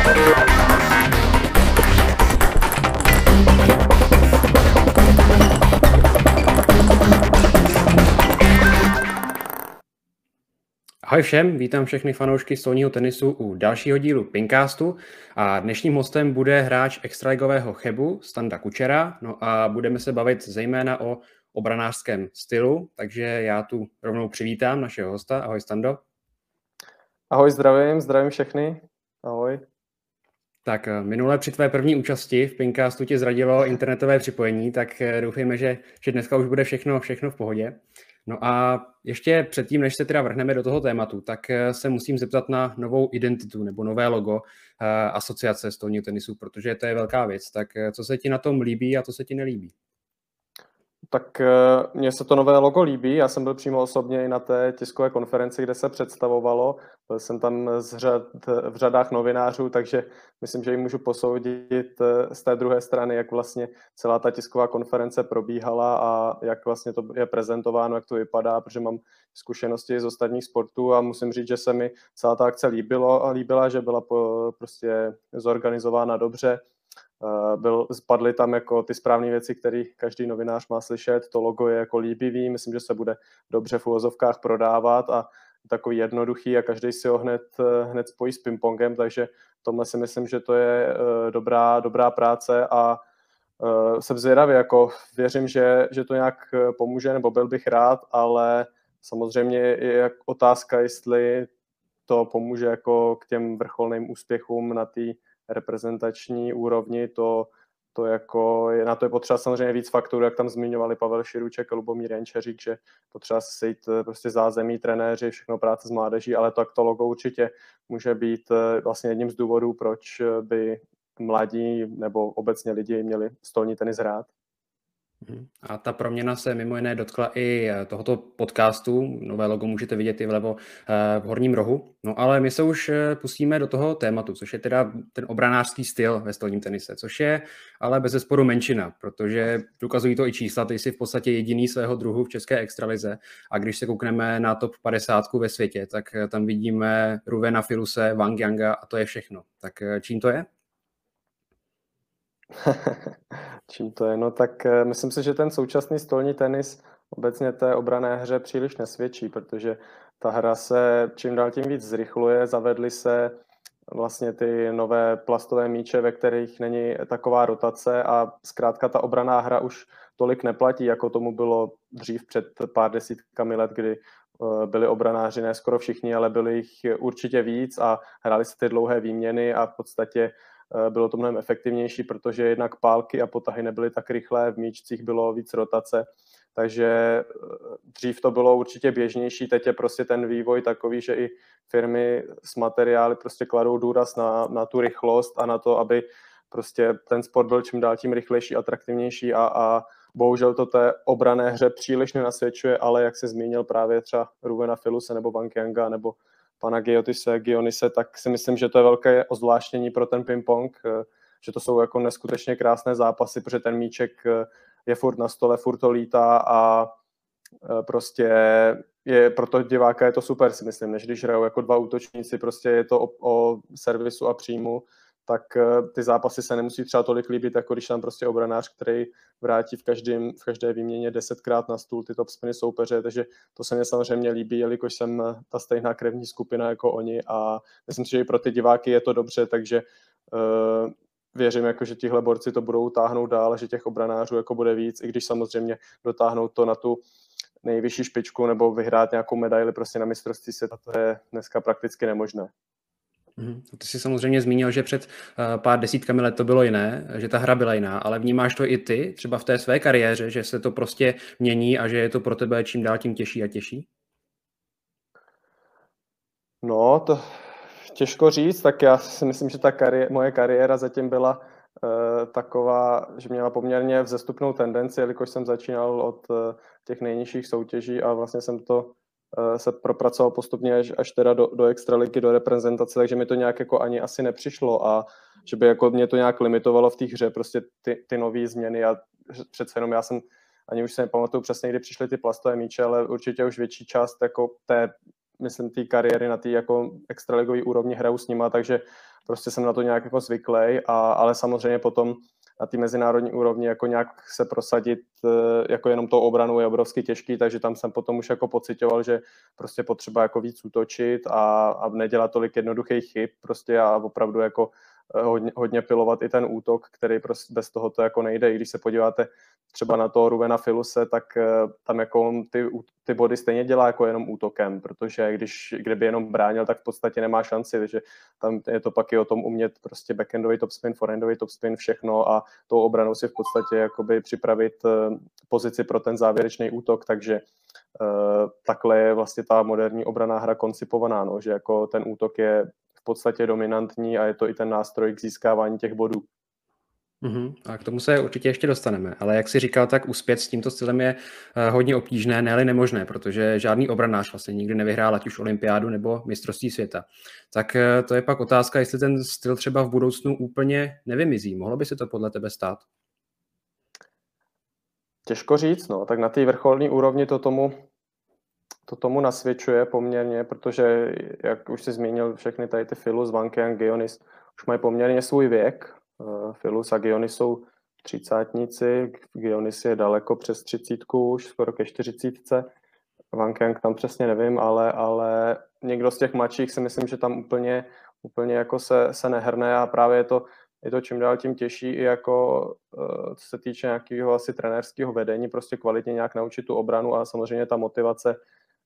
Ahoj všem, vítám všechny fanoušky stolního tenisu u dalšího dílu Pincastu a dnešním hostem bude hráč extraligového Chebu Standa Kučera, no a budeme se bavit zejména o obranářském stylu, takže já tu rovnou přivítám našeho hosta. Ahoj Stando. Ahoj, zdravím všechny. Ahoj. Tak minule při tvé první účasti v Pincastu tě zradilo internetové připojení, tak doufejme, že dneska už bude všechno v pohodě. No a ještě předtím, než se teda vrhneme do toho tématu, tak se musím zeptat na novou identitu nebo nové logo asociace stolního tenisu, protože to je velká věc. Tak co se ti na tom líbí a co se ti nelíbí? Tak mně se to nové logo líbí, já jsem byl přímo osobně i na té tiskové konferenci, kde se představovalo, byl jsem tam v řadách novinářů, takže myslím, že ji můžu posoudit z té druhé strany, jak vlastně celá ta tisková konference probíhala a jak vlastně to je prezentováno, jak to vypadá, protože mám zkušenosti z ostatních sportů a musím říct, že se mi celá ta akce líbila, že byla prostě zorganizována dobře. Spadly tam jako ty správné věci, které každý novinář má slyšet. To logo je jako líbivý, myslím, že se bude dobře v uvozovkách prodávat a takový jednoduchý a každý si ho hned spojí s pingpongem, takže tomhle si myslím, že to je dobrá práce a jsem zvědavý, jako věřím, že to nějak pomůže, nebo byl bych rád, ale samozřejmě je otázka, jestli to pomůže jako k těm vrcholným úspěchům na té reprezentační úrovni, to jako na to je potřeba samozřejmě víc faktorů, jak tam zmiňovali Pavel Širuček a Lubomír Jančeřík, že potřeba se sejít prostě zázemí, trenéři, všechno práce s mládeží, ale to logo určitě může být vlastně jedním z důvodů, proč by mladí nebo obecně lidi měli stolní tenis hrát. A ta proměna se mimo jiné dotkla i tohoto podcastu. Nové logo můžete vidět i vlevo v horním rohu. No ale my se už pustíme do toho tématu, což je teda ten obranářský styl ve stolním tenise, což je ale bezesporu menšina, protože ukazují to i čísla, ty jsi v podstatě jediný svého druhu v české extralize a když se koukneme na top 50 ve světě, tak tam vidíme Ruvena Filuse, Wang Yanga a to je všechno. Tak čím to je? Čím to je? No tak myslím si, že ten současný stolní tenis obecně té obranné hře příliš nesvědčí, protože ta hra se čím dál tím víc zrychluje, zavedly se vlastně ty nové plastové míče, ve kterých není taková rotace a zkrátka ta obranná hra už tolik neplatí, jako tomu bylo dřív před pár desítkami let, kdy byli obranáři ne skoro všichni, ale byli jich určitě víc a hráli se ty dlouhé výměny a v podstatě bylo to mnohem efektivnější, protože jednak pálky a potahy nebyly tak rychlé, v míčcích bylo víc rotace, takže dřív to bylo určitě běžnější, teď je prostě ten vývoj takový, že i firmy s materiály prostě kladou důraz na tu rychlost a na to, aby prostě ten sport byl čím dál tím rychlejší, atraktivnější a bohužel to té obranné hře příliš nenasvědčuje, ale jak se zmínil právě třeba Ruvena Filuse nebo Wang Yanga nebo pana Gionise, tak si myslím, že to je velké ozvláštnění pro ten ping-pong, že to jsou jako neskutečně krásné zápasy, protože ten míček je furt na stole, furt to lítá a prostě je pro toho diváka je to super, si myslím, než když hrajou jako dva útočníci, prostě je to o servisu a příjmu, tak ty zápasy se nemusí třeba tolik líbit, jako když tam prostě obranář, který vrátí v každé výměně 10krát na stůl ty topspiny soupeře, takže to se mě samozřejmě líbí, jelikož jsem ta stejná krevní skupina jako oni a myslím si, že i pro ty diváky je to dobře, takže věřím, jako, že tihle borci to budou táhnout dál, že těch obranářů jako bude víc, i když samozřejmě dotáhnou to na tu nejvyšší špičku nebo vyhrát nějakou medaili prostě na mistrovství světa, to je dneska prakticky nemožné. Ty jsi samozřejmě zmínil, že před pár desítkami let to bylo jiné, že ta hra byla jiná, ale vnímáš to i ty, třeba v té své kariéře, že se to prostě mění a že je to pro tebe čím dál tím těžší a těžší? No, to těžko říct, tak já si myslím, že moje kariéra zatím byla taková, že měla poměrně vzestupnou tendenci, jelikož jsem začínal od těch nejnižších soutěží a vlastně jsem to se propracoval postupně až teda do extraligy, do reprezentace, takže mi to nějak jako ani asi nepřišlo a že by jako mě to nějak limitovalo v té hře, prostě ty nové změny a přece jenom já jsem, ani už se nepamatuju přesně, kdy přišly ty plastové míče, ale určitě už větší část jako té myslím, té kariéry na té jako extraligové úrovni hraju s nima, takže prostě jsem na to nějak jako zvyklý, ale samozřejmě potom na té mezinárodní úrovni jako nějak se prosadit jako jenom tou obranou je obrovsky těžký, takže tam jsem potom už jako pocitoval, že prostě potřeba jako víc útočit a nedělat tolik jednoduchých chyb prostě a opravdu jako hodně pilovat i ten útok, který prostě bez toho to jako nejde. I když se podíváte třeba na toho Ruvena Filuse, tak tam jako on ty body stejně dělá jako jenom útokem, protože kdyby jenom bránil, tak v podstatě nemá šanci, takže tam je to pak i o tom umět prostě backendový topspin, forehandový topspin, všechno a tou obranou si v podstatě jakoby připravit pozici pro ten závěrečný útok, takže takhle je vlastně ta moderní obranná hra koncipovaná, no, že jako ten útok je v podstatě dominantní a je to i ten nástroj k získávání těch bodů. A k tomu se určitě ještě dostaneme, ale jak jsi říkal, tak uspět s tímto stylem je hodně obtížné, ne-li nemožné, protože žádný obranář vlastně nikdy nevyhrál ať už olympiádu nebo mistrovství světa. Tak to je pak otázka, jestli ten styl třeba v budoucnu úplně nevymizí. Mohlo by se to podle tebe stát? Těžko říct, no, tak na té vrcholné úrovni to tomu nasvědčuje poměrně, protože, jak už jsi zmínil, všechny tady ty Filus, Wang, Gionis už mají poměrně svůj věk. Filus a Gionis jsou třicátníci, Gionis je daleko přes 30, už skoro ke 40. Wang tam přesně nevím, ale někdo z těch mladších si myslím, že tam úplně jako se nehrne a právě je to čím dál tím těžší i jako co se týče nějakého asi trenérského vedení, prostě kvalitně nějak naučit tu obranu a samozřejmě ta motivace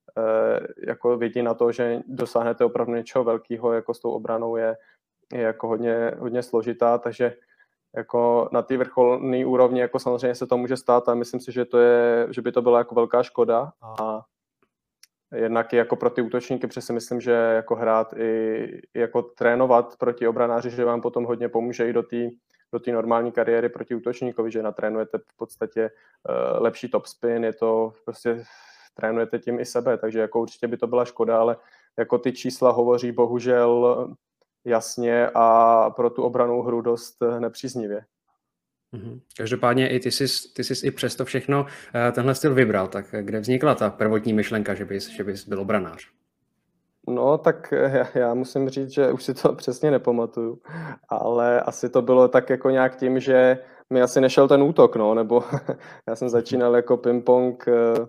jako vidí na to, že dosáhnete opravdu něčeho velkého jako s tou obranou je jako hodně složitá, takže jako na té vrcholné úrovni jako samozřejmě se to může stát a myslím si, že by to byla jako velká škoda a jednak i jako pro ty útočníky, protože si myslím, že jako hrát i jako trénovat proti obranáři, že vám potom hodně pomůže i do té normální kariéry proti útočníkovi, že natrénujete v podstatě lepší topspin, je to prostě trénujete tím i sebe, takže jako určitě by to byla škoda, ale jako ty čísla hovoří bohužel jasně a pro tu obranou hru dost nepříznivě. Každopádně i ty jsi i přesto všechno tenhle styl vybral, tak kde vznikla ta prvotní myšlenka, že bys byl obranář? No, tak já musím říct, že už si to přesně nepamatuju, ale asi to bylo tak jako nějak tím, že mi asi nešel ten útok, no, nebo já jsem začínal jako ping-pong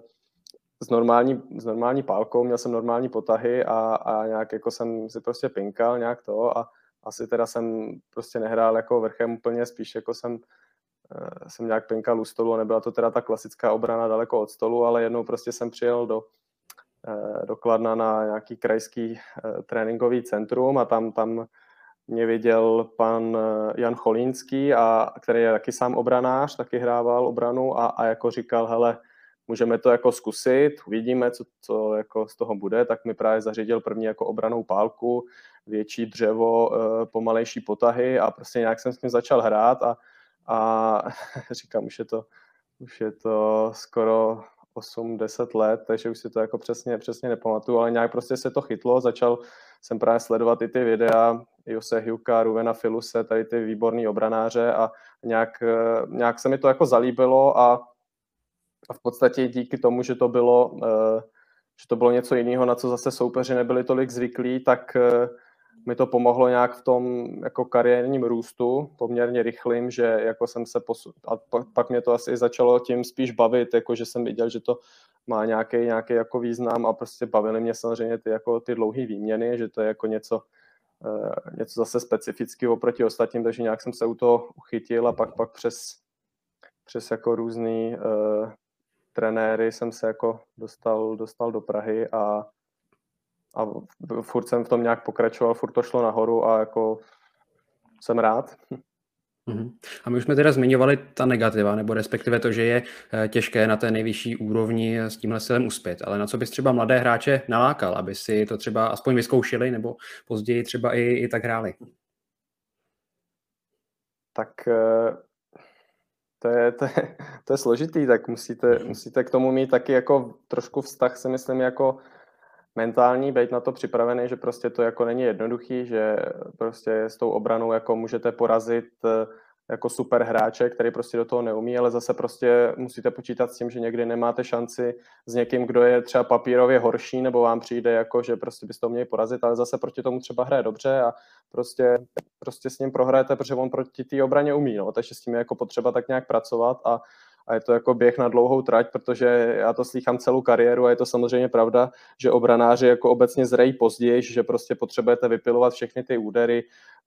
s normální pálkou, měl jsem normální potahy a nějak jako jsem si prostě pinkal nějak to a asi teda jsem prostě nehrál jako vrchem úplně, spíš jako jsem nějak pinkal u stolu, nebyla to teda ta klasická obrana daleko od stolu, ale jednou prostě jsem přijel do Kladna na nějaký krajský tréninkový centrum a tam mě viděl pan Jan Cholínský, který je taky sám obranář, taky hrával obranu a jako říkal, hele, můžeme to jako zkusit, uvidíme, co jako z toho bude, tak mi právě zařídil první jako obranou pálku, větší dřevo, pomalejší potahy a prostě nějak jsem s tím začal hrát a říkám, už je to skoro 8-10 let, takže už si to jako přesně nepamatuju, ale nějak prostě se to chytlo, začal jsem právě sledovat i ty videa Jose Hyuka, Ruvena Filuse, tady ty výborný obranáře a nějak se mi to jako zalíbilo a v podstatě díky tomu, že to bylo něco jiného, na co zase soupeři nebyli tolik zvyklí, tak mi to pomohlo nějak v tom jako kariérním růstu, poměrně rychlým, že jako jsem se a pak mě to asi začalo tím spíš bavit, jako že jsem viděl, že to má nějaký jako význam a prostě bavily mě samozřejmě ty dlouhé výměny, že to je jako něco zase specifického oproti ostatním, takže nějak jsem se u toho uchytil a pak přes jako různý trenéry jsem se jako dostal do Prahy a furt jsem v tom nějak pokračoval, furt to šlo nahoru a jako jsem rád. A my už jsme teda zmiňovali ta negativa, nebo respektive to, že je těžké na té nejvyšší úrovni s tímhle stylem uspět, ale na co bys třeba mladé hráče nalákal, aby si to třeba aspoň vyzkoušeli, nebo později třeba i tak hráli? Tak to je složitý, tak musíte k tomu mít taky jako trošku vztah, si myslím, jako mentální, být na to připravený, že prostě to jako není jednoduchý, že prostě s tou obranou jako můžete porazit jako super hráče, který prostě do toho neumí, ale zase prostě musíte počítat s tím, že někdy nemáte šanci s někým, kdo je třeba papírově horší, nebo vám přijde jako, že prostě byste to měli porazit, ale zase proti tomu třeba hraje dobře a prostě s ním prohrajete, protože on proti té obraně umí, no, takže s tím je jako potřeba tak nějak pracovat a je to jako běh na dlouhou trať, protože já to slýchám celou kariéru a je to samozřejmě pravda, že obranáři jako obecně zrají později, že prostě potřebujete vypilovat všechny ty údery,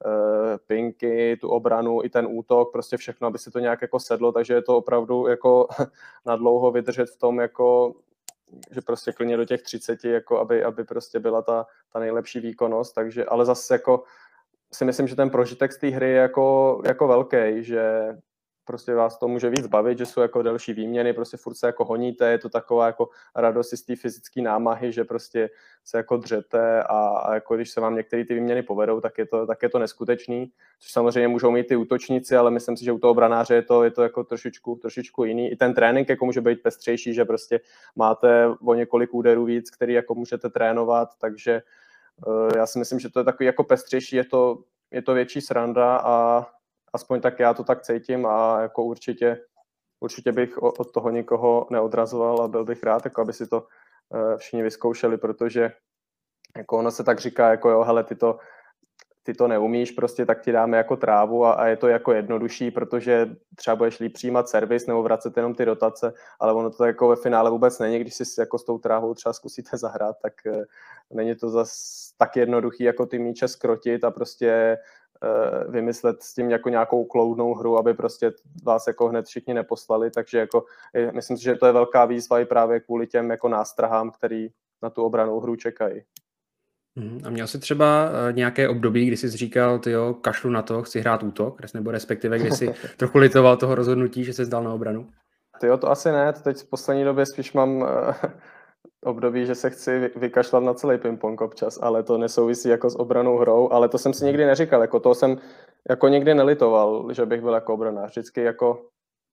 pinky, tu obranu i ten útok, prostě všechno, aby se to nějak jako sedlo, takže je to opravdu jako na dlouho vydržet v tom, jako že prostě klidně do těch 30, jako aby prostě byla ta nejlepší výkonnost, takže, ale zase jako si myslím, že ten prožitek z té hry je jako velký, že prostě vás to může víc bavit, že jsou jako delší výměny, prostě furt se jako honíte, je to taková jako radost z té fyzické námahy, že prostě se jako dřete a jako když se vám některé ty výměny povedou, tak je to neskutečný, což samozřejmě můžou mít ty útočníci, ale myslím si, že u toho branáře je to jako trošičku jiný. I ten trénink jako může být pestřejší, že prostě máte o několik úderů víc, který jako můžete trénovat, takže já si myslím, že to je takový jako pestřejší, je to větší sranda a aspoň tak já to tak cítím a jako určitě bych od toho nikoho neodrazoval a byl bych rád, jako aby si to všichni vyzkoušeli, protože jako ono se tak říká, jako jo, hele, ty to neumíš, prostě tak ti dáme jako trávu a je to jako jednodušší, protože třeba budeš líp přijímat servis nebo vracet jenom ty dotace, ale ono to jako ve finále vůbec není, když si jako s tou trávou třeba zkusíte zahrát, tak není to zas tak jednoduchý jako ty míče skrotit a prostě vymyslet s tím jako nějakou kloudnou hru, aby prostě vás jako hned všichni neposlali, takže jako myslím si, že to je velká výzva i právě kvůli těm jako nástrahám, který na tu obranou hru čekají. A měl jsi třeba nějaké období, kdy jsi říkal, tyjo, kašlu na to, chci hrát útok, nebo respektive, kdy jsi trochu litoval toho rozhodnutí, že jsi zdal na obranu? Tyjo, to asi ne, teď v poslední době spíš mám období, že se chci vykašlat na celý ping-pong občas, ale to nesouvisí jako s obranou hrou, ale to jsem si nikdy neříkal, jako to jsem jako nikdy nelitoval, že bych byl jako obranář, vždycky jako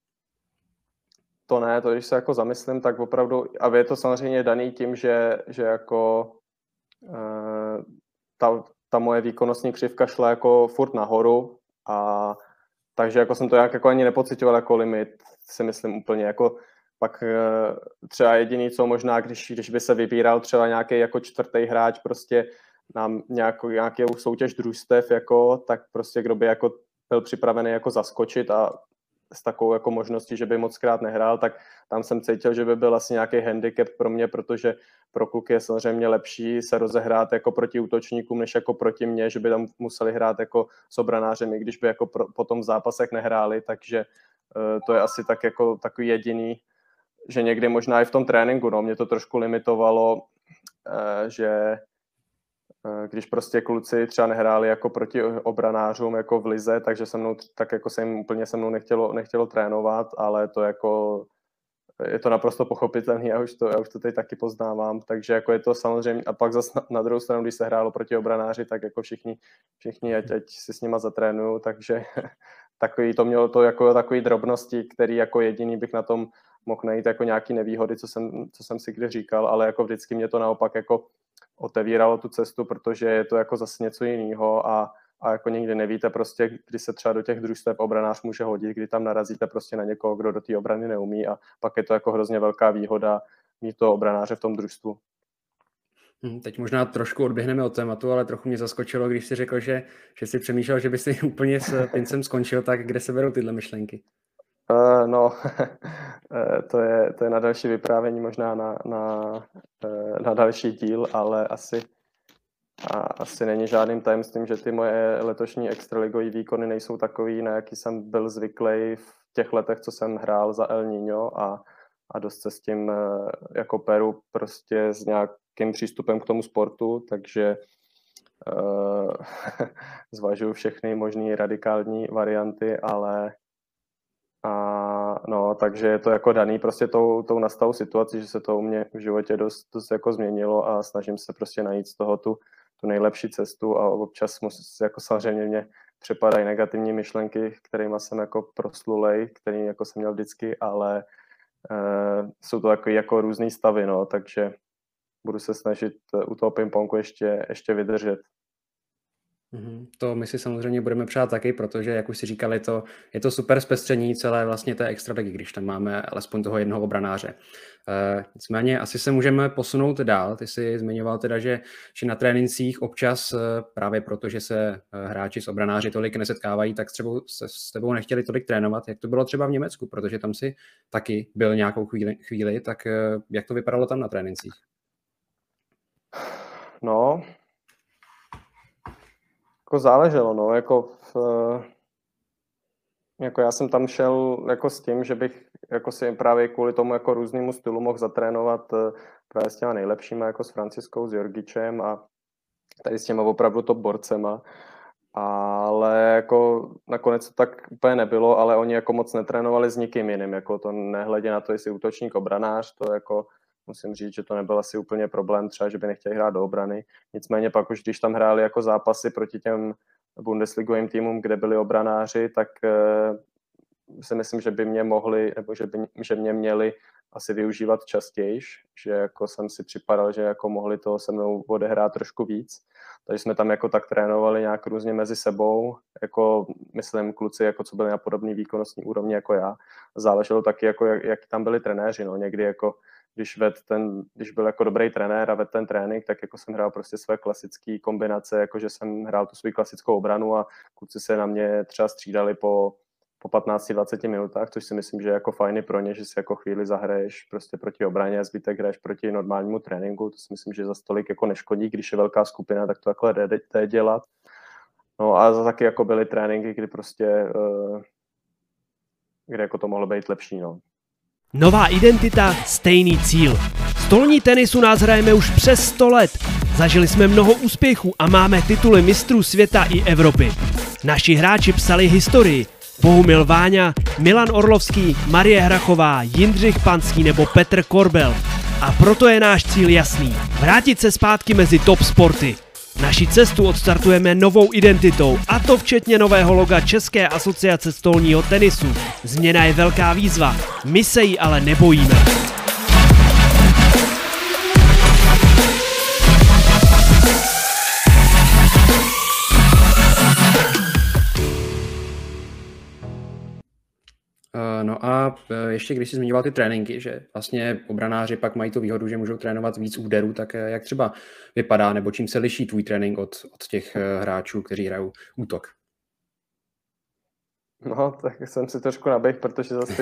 to ne, to když se jako zamyslím, tak opravdu, a je to samozřejmě daný tím, že jako ta moje výkonnostní křivka šla jako furt nahoru a takže jako jsem to jako ani nepocitoval jako limit, si myslím úplně, jako pak třeba jediný, co možná, když by se vybíral třeba nějaký jako čtvrtý hráč prostě na nějakou soutěž družstev, jako, tak prostě kdo by jako byl připravený jako zaskočit a s takovou jako možností, že by moc krát nehrál, tak tam jsem cítil, že by byl asi nějaký handicap pro mě, protože pro kluky je samozřejmě lepší se rozehrát jako proti útočníkům, než jako proti mně, že by tam museli hrát jako s obranářem, i když by jako potom v zápasech nehráli, takže to je asi tak jako takový jediný, že někdy možná i v tom tréninku, no, mě to trošku limitovalo, že když prostě kluci třeba nehráli jako proti obranářům jako v lize, takže tak jako se jim úplně se mnou nechtělo trénovat, ale to jako je to naprosto pochopitelné, já už to teď taky poznávám, takže jako je to samozřejmě, a pak zase na druhou stranu, když se hrálo proti obranáři, tak jako všichni ať si s nima zatrénuju, takže to mělo to jako takový drobnosti, který jako jediný bych na tom mohl najít jako nějaký nevýhody, co jsem si kdy říkal, ale jako vždycky mě to naopak jako otevíralo tu cestu, protože je to jako zase něco jiného a jako nikdy nevíte prostě, kdy se třeba do těch družstev obranář může hodit, kdy tam narazíte prostě na někoho, kdo do té obrany neumí a pak je to jako hrozně velká výhoda mít toho obranáře v tom družstvu. Teď možná trošku odběhneme od tématu, ale trochu mě zaskočilo, když jsi řekl, že jsi přemýšlel, že by si úplně s pincem skončil, tak kde se berou tyhle myšlenky? No, to je na další vyprávění, možná na další díl, ale asi není žádným tajemstvím, že ty moje letošní extraligové výkony nejsou takový, na jaký jsem byl zvyklý v těch letech, co jsem hrál za El Niño a dost se s tím jako peru prostě s nějakým přístupem k tomu sportu, takže zvažuji všechny možné radikální varianty, ale no, takže je to jako daný prostě tou nastalou situací, že se to u mě v životě dost jako změnilo a snažím se prostě najít z toho tu nejlepší cestu a občas jako samozřejmě mě přepadají negativní myšlenky, kterými jsem jako proslulej, který jako jsem měl vždycky, ale jsou to takový jako různý stavy, no, takže budu se snažit u toho ping-pongu ještě vydržet. To my si samozřejmě budeme přát taky, protože, jak už si říkali, je to super zpestření celé vlastně té extraligy, když tam máme alespoň toho jednoho obranáře. Nicméně asi se můžeme posunout dál. Ty jsi zmiňoval teda, že na trénincích občas právě proto, že se hráči s obranáři tolik nesetkávají, tak třeba se s tebou nechtěli tolik trénovat. Jak to bylo třeba v Německu, protože tam si taky byl nějakou chvíli, tak jak to vypadalo tam na trénincích? No, jako záleželo, no, jako já jsem tam šel jako s tím, že bych jako si právě kvůli tomu jako různému stylu mohl zatrénovat právě s těma nejlepšíma, jako s Franciskou, s Jorgičem a tady s těma opravdu top borcema. Ale jako nakonec to tak úplně nebylo, ale oni jako moc netrénovali s nikým jiným, jako to nehledě na to, jestli útočník, obranář, to jako musím říct, že to nebyl asi úplně problém, třeba, že by nechtěli hrát do obrany. Nicméně pak už, když tam hráli jako zápasy proti těm Bundesligovým týmům, kde byli obranáři, tak si myslím, že by mě mohli, nebo že mě měli asi využívat častěji, že jako jsem si připadal, že jako mohli toho se mnou odehrát trošku víc. Takže jsme tam jako tak trénovali nějak různě mezi sebou, jako myslím kluci, jako co byli na podobný výkonnostní úrovni jako já. Záleželo taky, jako jak tam byli trenéři, no. Někdy jako když byl jako dobrý trenér a vedl ten trénink, tak jako jsem hrál prostě své klasické kombinace, jako že jsem hrál tu svou klasickou obranu a kluci se na mě třeba střídali po 15-20 minutách, což si myslím, že je jako fajný pro ně, že si jako chvíli zahraješ prostě proti obraně a zbytek hraješ proti normálnímu tréninku. To si myslím, že za stolik jako neškodí, když je velká skupina, tak to takhle jde dělat. No a taky jako byly tréninky, kdy prostě kde jako to mohlo být lepší, no. Nová identita, stejný cíl. Stolní tenis u nás hrajeme už přes 100 let. Zažili jsme mnoho úspěchů a máme tituly mistrů světa i Evropy. Naši hráči psali historii. Bohumil Váňa, Milan Orlovský, Marie Hrachová, Jindřich Panský nebo Petr Korbel. A proto je náš cíl jasný. Vrátit se zpátky mezi top sporty. Naši cestu odstartujeme novou identitou, a to včetně nového loga České asociace stolního tenisu. Změna je velká výzva, my se jí ale nebojíme. No a ještě když jsi zmiňoval ty tréninky, že vlastně obranáři pak mají tu výhodu, že můžou trénovat víc úderů, tak jak třeba vypadá, nebo čím se liší tvůj trénink od těch hráčů, kteří hrajou útok? No, tak jsem si trošku naběh, protože zase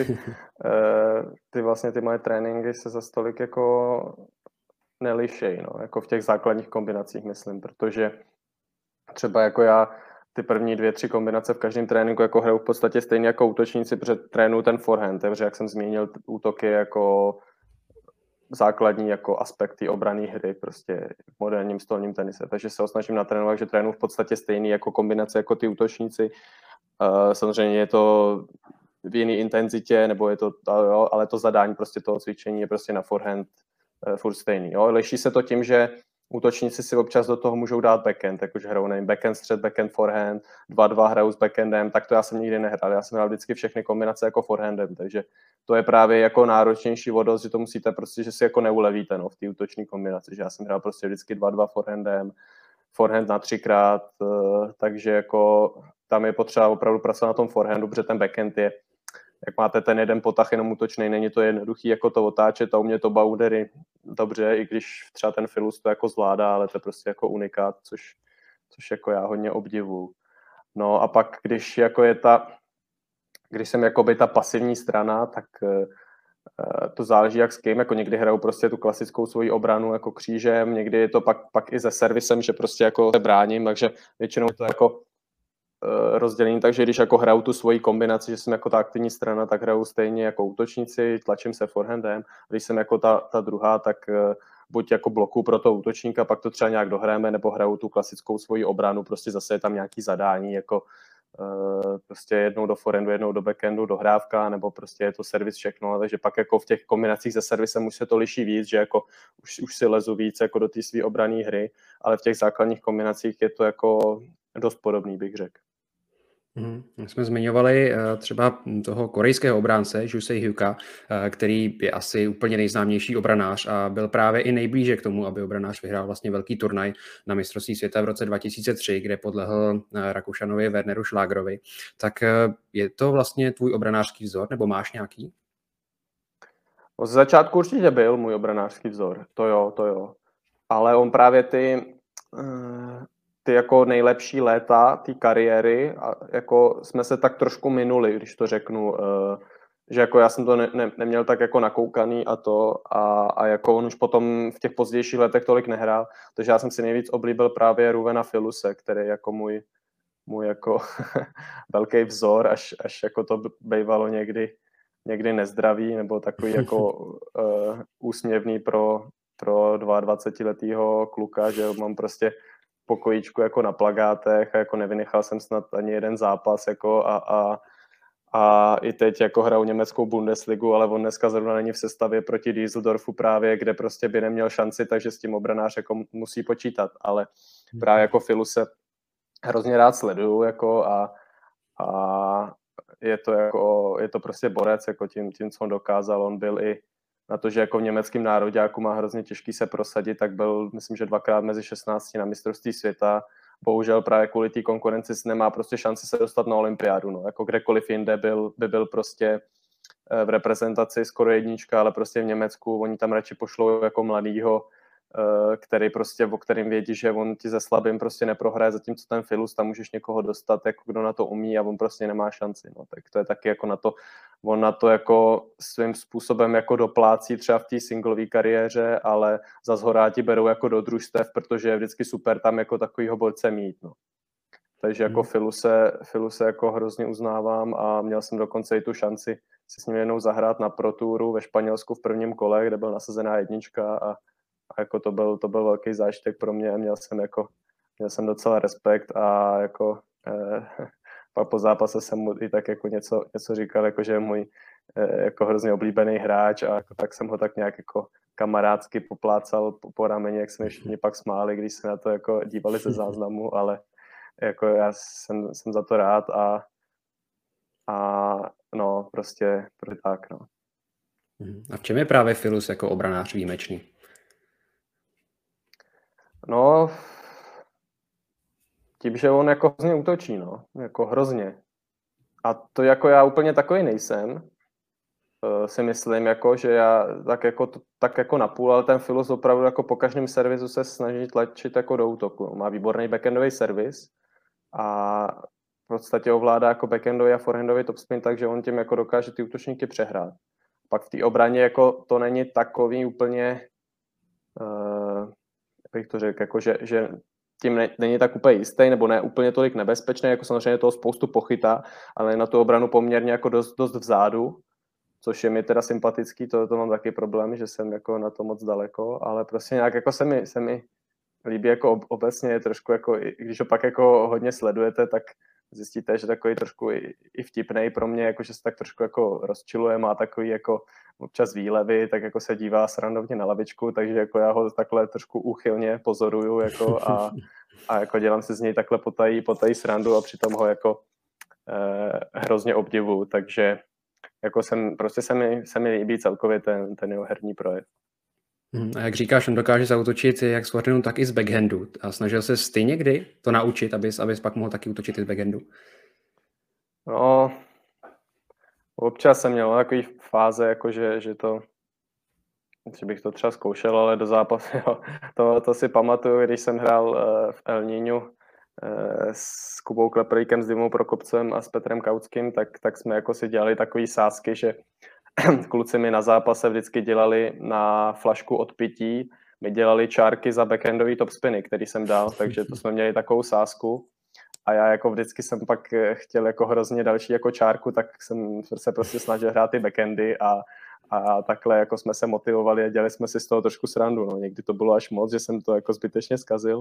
ty moje tréninky se za tolik jako nelišejí, no, jako v těch základních kombinacích, myslím, protože třeba jako já ty první 2-3 kombinace v každém tréninku jako hraju v podstatě stejně jako útočníci, protože trénuju ten forehand, takže jak jsem zmínil, útoky jako základní jako aspekty obranné hry prostě v moderním stolním tenise, takže se ho snažím natrénovat, že trénuju v podstatě stejný jako kombinace jako ty útočníci. Samozřejmě je to v jiné intenzitě, nebo je to, ale to zadání prostě toho cvičení je prostě na forehand furt stejný. Jo. Liší se to tím, že útočníci si občas do toho můžou dát backhand, jakože hrajou nevím, backhand střed, backhand forehand, 2-2 hrajou s backhandem, tak to já jsem nikdy nehrál. Já jsem hrál vždycky všechny kombinace jako forehandem, takže to je právě jako náročnější vodost, že to musíte prostě, že si jako neulevíte no, v té útoční kombinaci, že já jsem hrál prostě vždycky 2-2 forehandem, forehand na 3krát, takže jako tam je potřeba opravdu pracovat na tom forehandu, protože ten backhand je, jak máte ten jeden potah jenom útočný, není to jednoduchý jako to otáčet a u mě to boundery dobře, i když třeba ten Filus to jako zvládá, ale to je prostě jako unikát, což jako já hodně obdivuju. No a pak, když jsem jakoby ta pasivní strana, tak to záleží jak s kým, jako někdy hrajou prostě tu klasickou svoji obranu jako křížem, někdy je to pak i se servisem, že prostě jako se bráním, takže většinou to jako rozdělení, takže když jako hraju tu svoji kombinaci, že jsem jako ta aktivní strana, tak hraju stejně jako útočníci, tlačím se forehandem, když jsem jako ta druhá, tak buď jako bloku pro toho útočníka, pak to třeba nějak dohrajeme, nebo hraju tu klasickou svoji obranu, prostě zase je tam nějaký zadání, jako prostě jednou do forehandu, jednou do backhandu, dohrávka, nebo prostě je to servis všechno, takže pak jako v těch kombinacích se servisem už se to liší víc, že jako už si lezu víc jako do té své obranné hry, ale v těch základních kombinacích je to jako dost podobný, bych řekl. My jsme zmiňovali třeba toho korejského obránce Ju Se-hyuka, který je asi úplně nejznámější obranář a byl právě i nejblíže k tomu, aby obranář vyhrál vlastně velký turnaj na mistrovství světa v roce 2003, kde podlehl Rakušanovi Werneru Schlagerovi. Tak je to vlastně tvůj obranářský vzor, nebo máš nějaký? Z začátku určitě byl můj obranářský vzor, to jo. Ale on právě ty jako nejlepší léta té kariéry, a jako jsme se tak trošku minuli, když to řeknu, že jako já jsem to neměl tak jako nakoukaný a jako on už potom v těch pozdějších letech tolik nehrál, takže já jsem si nejvíc oblíbil právě Ruvena Filuse, který je jako můj jako velký vzor, až jako to bývalo někdy nezdravý nebo takový jako úsměvný pro 22letýho kluka, že mám prostě pokojíčku jako na plakátech a jako nevynechal jsem snad ani jeden zápas jako a i teď jako hraju německou Bundesligu, ale on dneska zrovna není v sestavě proti Düsseldorfu právě, kde prostě by neměl šanci, takže s tím obranář jako musí počítat, ale právě jako Filu se hrozně rád sleduju jako a je to prostě borec jako tím, co on dokázal. On byl i na to, že jako v německém nároďáku má hrozně těžký se prosadit, tak byl, myslím, že 2krát mezi 16 na mistrovství světa. Bohužel právě kvůli té konkurenci nemá prostě šanci se dostat na olympiádu. No. Jako kdekoliv jinde by byl prostě v reprezentaci skoro jednička, ale prostě v Německu oni tam radši pošlou jako mladýho, který prostě, o kterým vědí, že on ti ze slabým prostě neprohraje, zatímco ten Filus, tam můžeš někoho dostat, jako kdo na to umí a on prostě nemá šanci. No. Tak to je taky jako na to, on na to jako svým způsobem jako doplácí třeba v té singlové kariéře, ale zas ho rádi berou jako do družstev, protože je vždycky super tam jako takovýho borce mít. No. Takže jako Filuse jako hrozně uznávám a měl jsem dokonce i tu šanci si s ním jednou zahrát na Pro Touru ve Španělsku v prvním kole, kde byl nasazená jednička a jako to byl velký zážitek pro mě, měl jsem docela respekt a jako pak po zápase jsem mu i tak jako něco říkal, jako že je můj jako hrozně oblíbený hráč a jako tak jsem ho tak nějak jako kamarádsky poplácal po rameni, jak se mi všichni pak smáli, když se na to jako dívali ze záznamu, ale jako já jsem za to rád a no prostě tak, no. A v čem je právě Filus jako obranář výjimečný? No, tím, že on jako hrozně útočí, no, jako hrozně. A to jako já úplně takový nejsem, si myslím, jako, že já tak jako napůl, ale ten Filus opravdu jako po každém servisu se snaží tlačit jako do útoku. Má výborný backendový servis a v podstatě ovládá jako backendový a forehandový topspin, takže on tím jako dokáže ty útočníky přehrát. Pak v té obraně jako to není takový úplně bych to řekl, jako že tím není tak úplně jistý, nebo ne úplně tolik nebezpečný, jako samozřejmě toho spoustu pochytá, ale na tu obranu poměrně jako dost vzadu, což je mi teda sympatický, to mám taky problém, že jsem jako na to moc daleko, ale prostě nějak jako se mi líbí jako obecně trošku jako, když ho pak jako hodně sledujete, tak zjistíte, že takový trošku i vtipnej pro mě, jako že se tak trošku jako rozčiluje, má takový jako občas výlevy, tak jako se dívá srandovně na lavičku, takže jako já ho takhle trošku úchylně pozoruju jako a jako dělám si z něj takhle potají srandu a přitom ho jako hrozně obdivuju, takže jako se mi líbí celkově ten jeho herní projev. A jak říkáš, on dokáže zaútočit jak z forehandu, tak i z backhandu. A snažil se ty někdy to naučit, abys pak mohl taky útočit i z backhandu? No, občas jsem měl takový fáze, jako že bych to třeba zkoušel, ale do zápasu, jo, to si pamatuju, když jsem hrál v El Niñu s Kubou Kleperíkem, s Dimou Prokopcem a s Petrem Kautským, tak jsme jako si dělali takový sázky, že kluci mi na zápase vždycky dělali na flašku od pití, mi dělali čárky za backhandový topspiny, který jsem dal, takže to jsme měli takovou sázku. A já jako vždycky jsem pak chtěl jako hrozně další jako čárku, tak jsem se prostě snažil hrát ty backendy a takhle jako jsme se motivovali a dělali jsme si z toho trošku srandu. No. Někdy to bylo až moc, že jsem to jako zbytečně zkazil,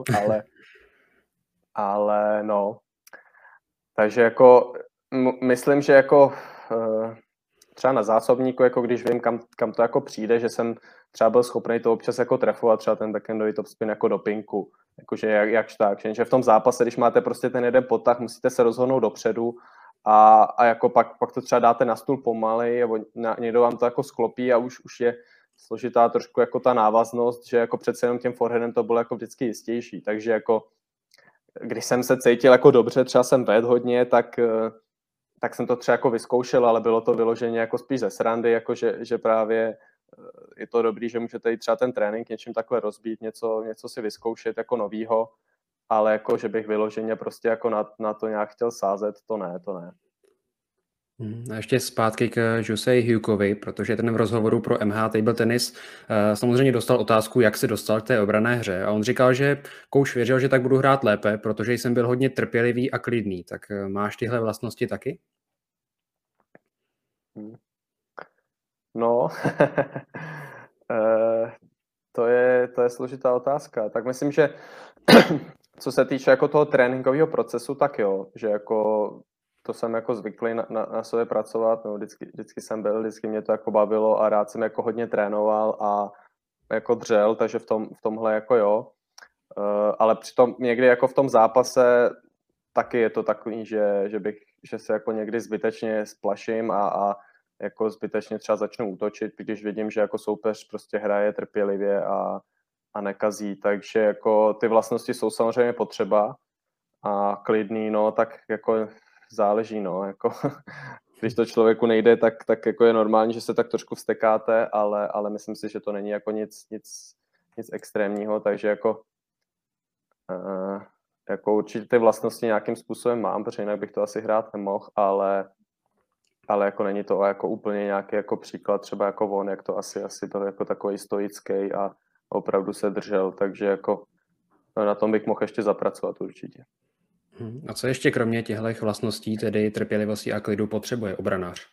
ale no. Takže jako myslím, že jako třeba na zásobníku, jako když vím, kam to jako přijde, že jsem třeba byl schopný to občas jako trefovat, třeba ten backendový topspin jako do pinku, jakože jakž tak, že v tom zápase, když máte prostě ten jeden potah, musíte se rozhodnout dopředu a jako pak to třeba dáte na stůl pomalej, nebo někdo vám to jako sklopí a už je složitá trošku jako ta návaznost, že jako přece jenom tím forehandem to bylo jako vždycky jistější, takže jako když jsem se cítil jako dobře, třeba jsem vedl hodně, tak jsem to třeba jako vyzkoušel, ale bylo to vyloženě jako spíš ze srandy, jako že právě je to dobrý, že můžete jít třeba ten trénink něčím takhle rozbít, něco si vyzkoušet jako novýho, ale jako, že bych vyloženě prostě jako na to nějak chtěl sázet, to ne. A ještě zpátky k Josei Hughovi, protože ten v rozhovoru pro MH Table Tennis samozřejmě dostal otázku, jak se dostal k té obranné hře. A on říkal, že kouč věřil, že tak budu hrát lépe, protože jsem byl hodně trpělivý a klidný. Tak máš tyhle vlastnosti taky? No, to je složitá otázka. Tak myslím, že co se týče jako toho tréninkového procesu, tak jo, že jako to jsem jako zvyklý na sobě pracovat, no, vždycky jsem byl, vždycky mě to jako bavilo a rád jsem jako hodně trénoval a jako dřel, takže v tomhle jako jo. Ale přitom někdy jako v tom zápase taky je to takový, že se jako někdy zbytečně splaším a jako zbytečně třeba začnu útočit, když vidím, že jako soupeř prostě hraje trpělivě a nekazí, takže jako ty vlastnosti jsou samozřejmě potřeba a klidný, no, tak jako záleží, no, jako když to člověku nejde, tak jako je normální, že se tak trošku vztekáte, ale myslím si, že to není jako nic extrémního, takže jako určitě ty vlastnosti nějakým způsobem mám, protože jinak bych to asi hrát nemohl, ale jako není to jako úplně nějaký jako příklad, třeba jako on, jak to asi byl jako takový stoický a opravdu se držel, takže jako na tom bych mohl ještě zapracovat určitě. A co ještě kromě těchto vlastností, tedy trpělivosti a klidu, potřebuje obranář?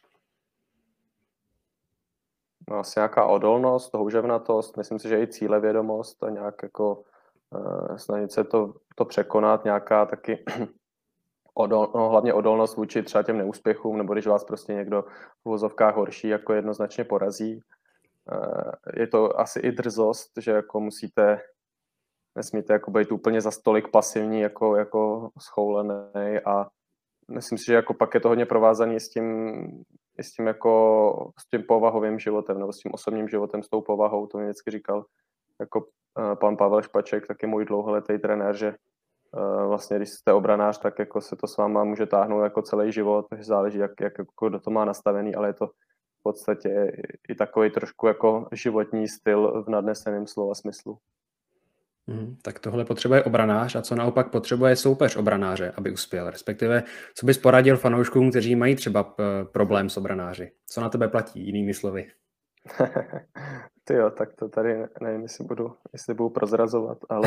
No, asi nějaká odolnost, houževnatost, myslím si, že i cílevědomost a nějak jako snažit se to překonat, nějaká taky hlavně odolnost vůči třeba těm neúspěchům, nebo když vás prostě někdo v uvozovkách horší jako jednoznačně porazí. Je to asi i drzost, že jako nesmíte jako být úplně za stolik pasivní, jako schoulený a myslím si, že jako pak je to hodně provázaný s tím povahovým životem, nebo s tím osobním životem, s tou povahou, to mi vždycky říkal jako pan Pavel Špaček, taky můj dlouholetý trenér, že vlastně když jste obranář, tak jako se to s váma může táhnout jako celý život, takže záleží, jak kdo to má nastavený, ale je to v podstatě i takový trošku jako životní styl v nadneseném slova smyslu. Tak tohle potřebuje obranář a co naopak potřebuje soupeř obranáře, aby uspěl, respektive co bys poradil fanouškům, kteří mají třeba problém s obranáři? Co na tebe platí, jinými slovy? Tyjo, tak to tady nevím, jestli budu prozrazovat, ale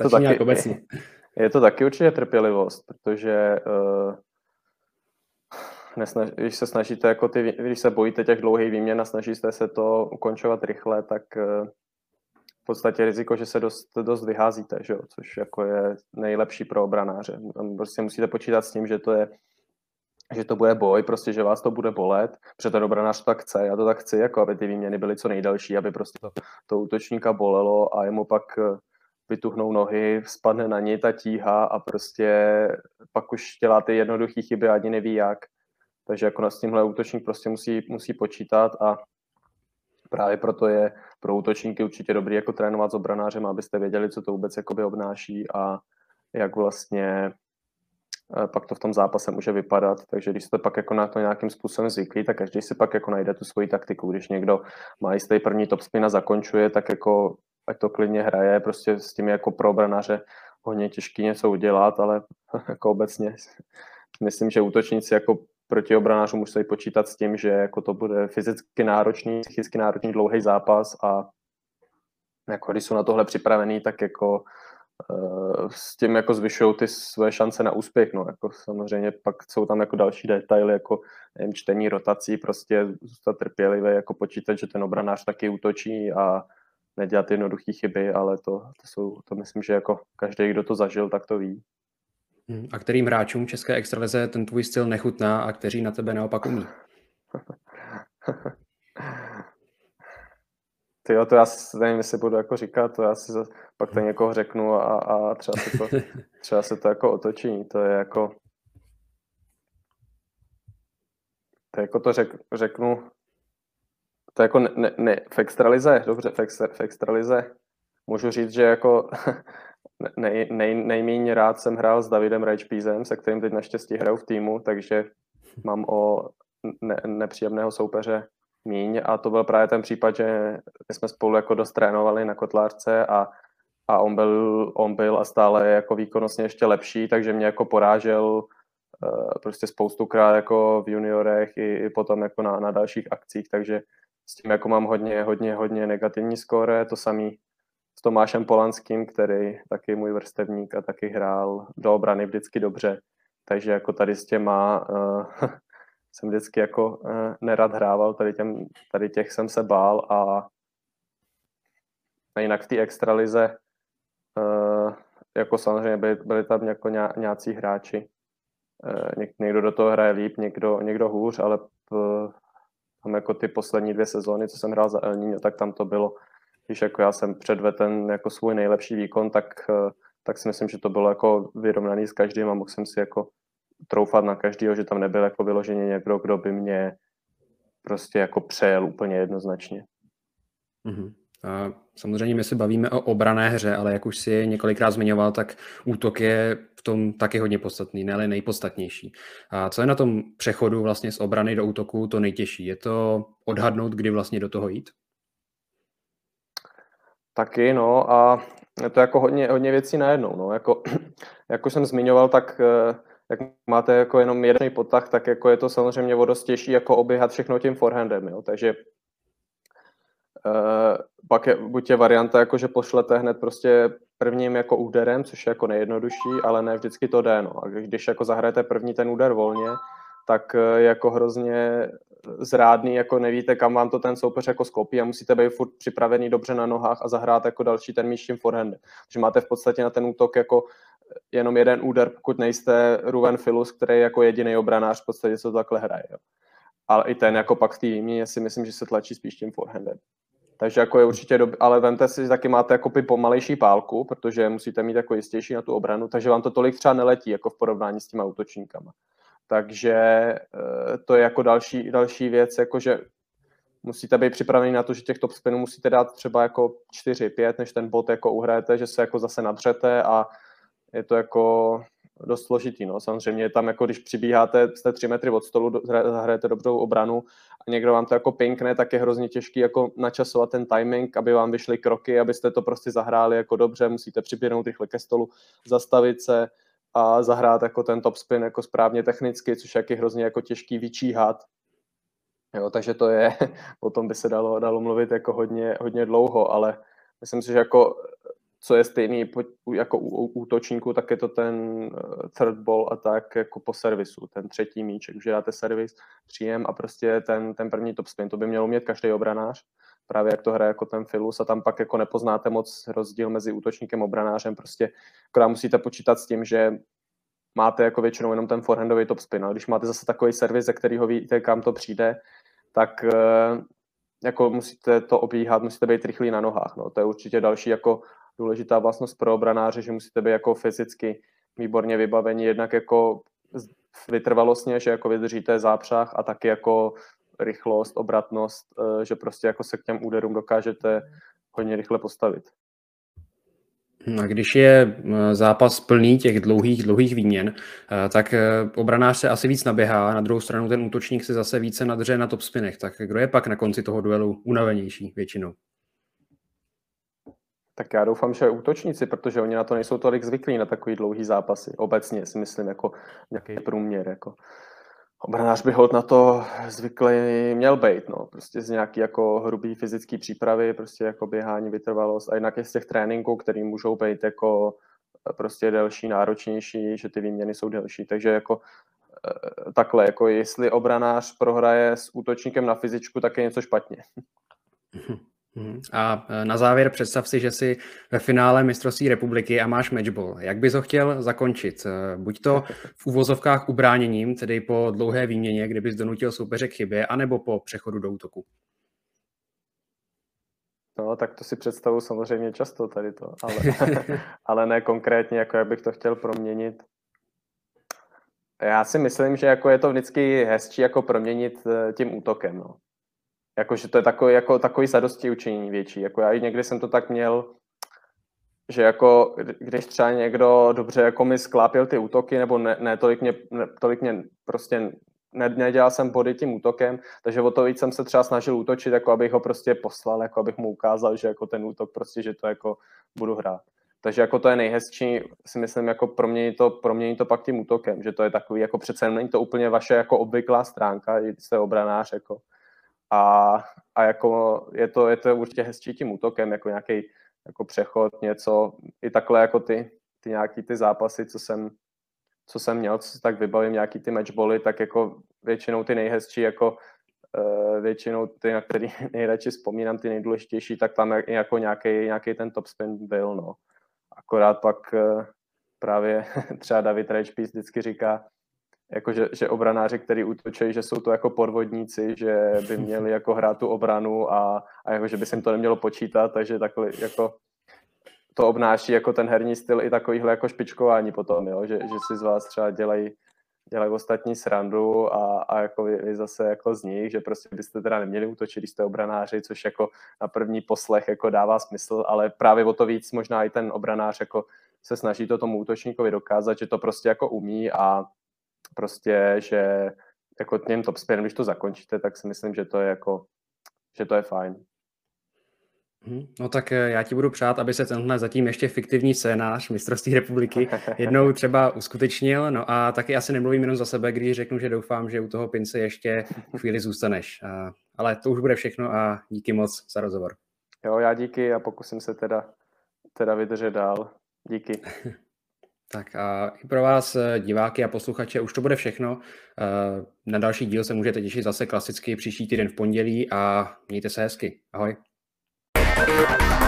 je to taky určitě trpělivost, protože když se snažíte, jako když se bojíte těch dlouhých výměn a snažíte se to ukončovat rychle, tak v podstatě riziko, že se dost vyházíte, že jo? Což jako je nejlepší pro obranáře. Prostě musíte počítat s tím, že to bude boj, prostě, že vás to bude bolet, protože ten obranář to tak chce, já to tak chci, jako aby ty výměny byly co nejdelší, aby prostě to útočníka bolelo a jemu pak vytuhnou nohy, spadne na něj ta tíha a prostě pak už dělá ty jednoduché chyby a ani neví jak. Takže jako s tímhle útočník prostě musí počítat a právě proto je pro útočníky určitě dobrý jako trénovat s obranářem, abyste věděli, co to vůbec jakoby obnáší a jak vlastně pak to v tom zápase může vypadat. Takže když jste pak jako na to nějakým způsobem zvyklí, tak každý si pak jako najde tu svoji taktiku. Když někdo má jistý první topspin a zakončuje, tak jako ať to klidně hraje, prostě s tím jako pro obranáře hodně těžký něco udělat, ale jako obecně myslím, že útočníci jako proti obranářům musí počítat s tím, že jako to bude fyzicky náročný, psychicky náročný dlouhý zápas a jako když jsou na tohle připravený, tak jako s tím jako zvyšují ty své šance na úspěch, no, jako samozřejmě pak jsou tam jako další detaily, jako nevím, čtení rotací, prostě zůstat trpělivý, jako počítat, že ten obranář taky útočí a nedělat jednoduché chyby, ale to myslím, že jako každý, kdo to zažil, tak to ví. A kterým hráčům české extralize ten tvůj styl nechutná a kteří na tebe naopak umí? Tyjo, to já nevím, jestli budu jako říkat, to já si pak to někoho řeknu a třeba se to jako otočí. To je jako to řeknu, to jako ne v extralize, dobře, v extralize můžu říct, že jako nejméně rád jsem hrál s Davidem Rajčpízem, se kterým teď naštěstí hraju v týmu, takže mám o nepříjemného soupeře míň a to byl právě ten případ, že jsme spolu jako dost trénovali na kotlářce a on byl a stále jako výkonnostně ještě lepší, takže mě jako porážel prostě spoustukrát jako v juniorech i potom jako na dalších akcích, takže s tím jako mám hodně negativní skóre, to samý s Tomášem Polanským, který taky můj vrstevník a taky hrál do obrany vždycky dobře, takže jako tady s těma jsem vždycky jako nerad hrával, tady těch jsem se bál a jinak v té extralize jako samozřejmě byli tam jako nějací hráči. Někdo do toho hraje líp, někdo hůř, ale tam jako ty poslední 2 sezóny, co jsem hrál za El Niño, tak tam to bylo, když jako já jsem předvedl ten jako svůj nejlepší výkon, tak si myslím, že to bylo jako vyrovnaný s každým a mohl jsem si jako troufat na každýho, že tam nebyl jako vyloženě někdo, kdo by mě prostě jako přejel úplně jednoznačně. Mm-hmm. A samozřejmě my se bavíme o obranné hře, ale jak už si několikrát zmiňoval, tak útok je v tom taky hodně podstatný, ne nejpodstatnější. A co je na tom přechodu vlastně z obrany do útoku to nejtěžší? Je to odhadnout, kdy vlastně do toho jít? Taky, no, a je to jako hodně věcí najednou, no, jako jsem zmiňoval, tak jak máte jako jenom jeden potah, tak jako je to samozřejmě o dost těžší jako oběhat všechno tím forehandem, jo, takže pak buď je varianta, jako že pošlete hned prostě prvním jako úderem, což je jako nejjednodušší, ale ne vždycky to jde, no, a když jako zahrajete první ten úder volně, tak je jako hrozně zrádný, jako nevíte, kam vám to ten soupeř jako sklopí a musíte být furt připravený dobře na nohách a zahrát jako další ten míč tím forehandem. Takže máte v podstatě na ten útok jako jenom jeden úder, pokud nejste Ruven Filus, který je jako jediný obranář v podstatě, co takhle hraje. Jo. Ale i ten jako pak v týmě si myslím, že se tlačí spíš tím forehandem. Takže jako je určitě ale vemte si, že taky máte jako pomalejší pálku, protože musíte mít jako jistější na tu obranu, takže vám to tolik třeba neletí jako v porovnání s těma útočníkama. Takže to je jako další věc, jakože musíte být připraveni na to, že těch topspinů musíte dát třeba jako 4-5, než ten bod jako uhrajete, že se jako zase nadřete a je to jako dost složitý, no. Samozřejmě je tam jako, když přibíháte, jste 3 metry od stolu, zahrajete dobrou obranu a někdo vám to jako pinkne, tak je hrozně těžký jako načasovat ten timing, aby vám vyšly kroky, abyste to prostě zahráli jako dobře, musíte přiběhnout rychle ke stolu, zastavit se a zahrát jako ten topspin jako správně technicky, což je hrozně jako těžký vyčíhat. Jo, takže to je, o tom by se dalo mluvit jako hodně dlouho, ale myslím si, že jako co je stejný jako u útočníku, tak je to ten third ball attack jako po servisu, ten třetí míč, když dáte servis, příjem a prostě ten první topspin, to by měl umět každý obranář, právě jak to hraje jako ten Filus a tam pak jako nepoznáte moc rozdíl mezi útočníkem a obranářem, prostě akorát musíte počítat s tím, že máte jako většinou jenom ten forehandový topspin, ale když máte zase takový servis, ze kterého víte, kam to přijde, tak jako musíte to obíhat, musíte být rychlí na nohách, no. To je určitě další jako důležitá vlastnost pro obranáře, že musíte být jako fyzicky výborně vybavení, jednak jako vytrvalostně, že jako vydržíte zápřah a taky jako rychlost, obratnost, že prostě jako se k těm úderům dokážete hodně rychle postavit. A když je zápas plný těch dlouhých výměn, tak obranář se asi víc naběhá, na druhou stranu ten útočník se zase více nadře na topspinech. Tak kdo je pak na konci toho duelu unavenější většinou? Tak já doufám, že útočníci, protože oni na to nejsou tolik zvyklí na takový dlouhý zápasy. Obecně si myslím jako nějaký průměr. Jako. Obranář by holt na to zvyklý měl být, no. Prostě z nějaký jako hrubý fyzický přípravy, prostě jako běhání, vytrvalost a jinak je z těch tréninků, který můžou být jako prostě delší, náročnější, že ty výměny jsou delší. Takže jako takhle, jako jestli obranář prohraje s útočníkem na fyzičku, tak je něco špatně. A na závěr představ si, že jsi ve finále mistrovství republiky a máš matchball. Jak bys ho chtěl zakončit? Buď to v uvozovkách ubráněním, tedy po dlouhé výměně, kdy bys donutil soupeře k chybě, anebo po přechodu do útoku? No, tak to si představuji samozřejmě často tady to, ale ne konkrétně, jako jak bych to chtěl proměnit. Já si myslím, že jako je to vždycky hezčí jako proměnit tím útokem, no. Jako, že to je takový zadosti učinění větší. Jako já i někdy jsem to tak měl, že jako když třeba někdo dobře jako mi sklápil ty útoky, nebo tolik mě prostě nedělal jsem body tím útokem, takže o to víc jsem se třeba snažil útočit, jako abych ho prostě poslal, jako abych mu ukázal, že jako ten útok prostě, že to jako budu hrát. Takže jako to je nejhezčí, si myslím, jako promění to pak tím útokem, že to je takový, jako přece není to úplně vaše jako obvyklá stránka, jste obranář, jako. A jako je to určitě hezčí tím útokem, jako nějaký jako přechod, něco, i takhle jako ty nějaký ty zápasy, co jsem měl, co si tak vybavím, nějaký ty matchbally, tak jako většinou ty nejhezčí, jako většinou ty, na který nejradši vzpomínám, ty nejdůležitější, tak tam jako nějaký ten top spin byl, no. Akorát pak právě třeba David Rejčpíš vždycky říká, jako že obranáři, který útočí, že jsou to jako podvodníci, že by měli jako hrát tu obranu a jako, že by se jim to nemělo počítat, takže takhle jako to obnáší jako ten herní styl i takovýhle jako špičkování potom, jo? Že si z vás třeba dělají ostatní srandu a jako vy zase jako z nich, že prostě byste teda neměli útočit, když jste obranáři, což jako na první poslech jako dává smysl, ale právě o to víc možná i ten obranář jako se snaží to tomu útočníkovi dokázat, že to prostě jako umí a prostě, že jako tím top spinem, když to zakončíte, tak si myslím, že to je fajn. No tak já ti budu přát, aby se tenhle zatím ještě fiktivní scénář mistrovství republiky jednou třeba uskutečnil, no a taky asi nemluvím jenom za sebe, když řeknu, že doufám, že u toho Pince ještě chvíli zůstaneš. Ale to už bude všechno a díky moc za rozhovor. Jo, já díky a pokusím se teda vydržet dál. Díky. Tak a i pro vás, diváky a posluchače, už to bude všechno. Na další díl se můžete těšit zase klasicky příští týden v pondělí a mějte se hezky. Ahoj.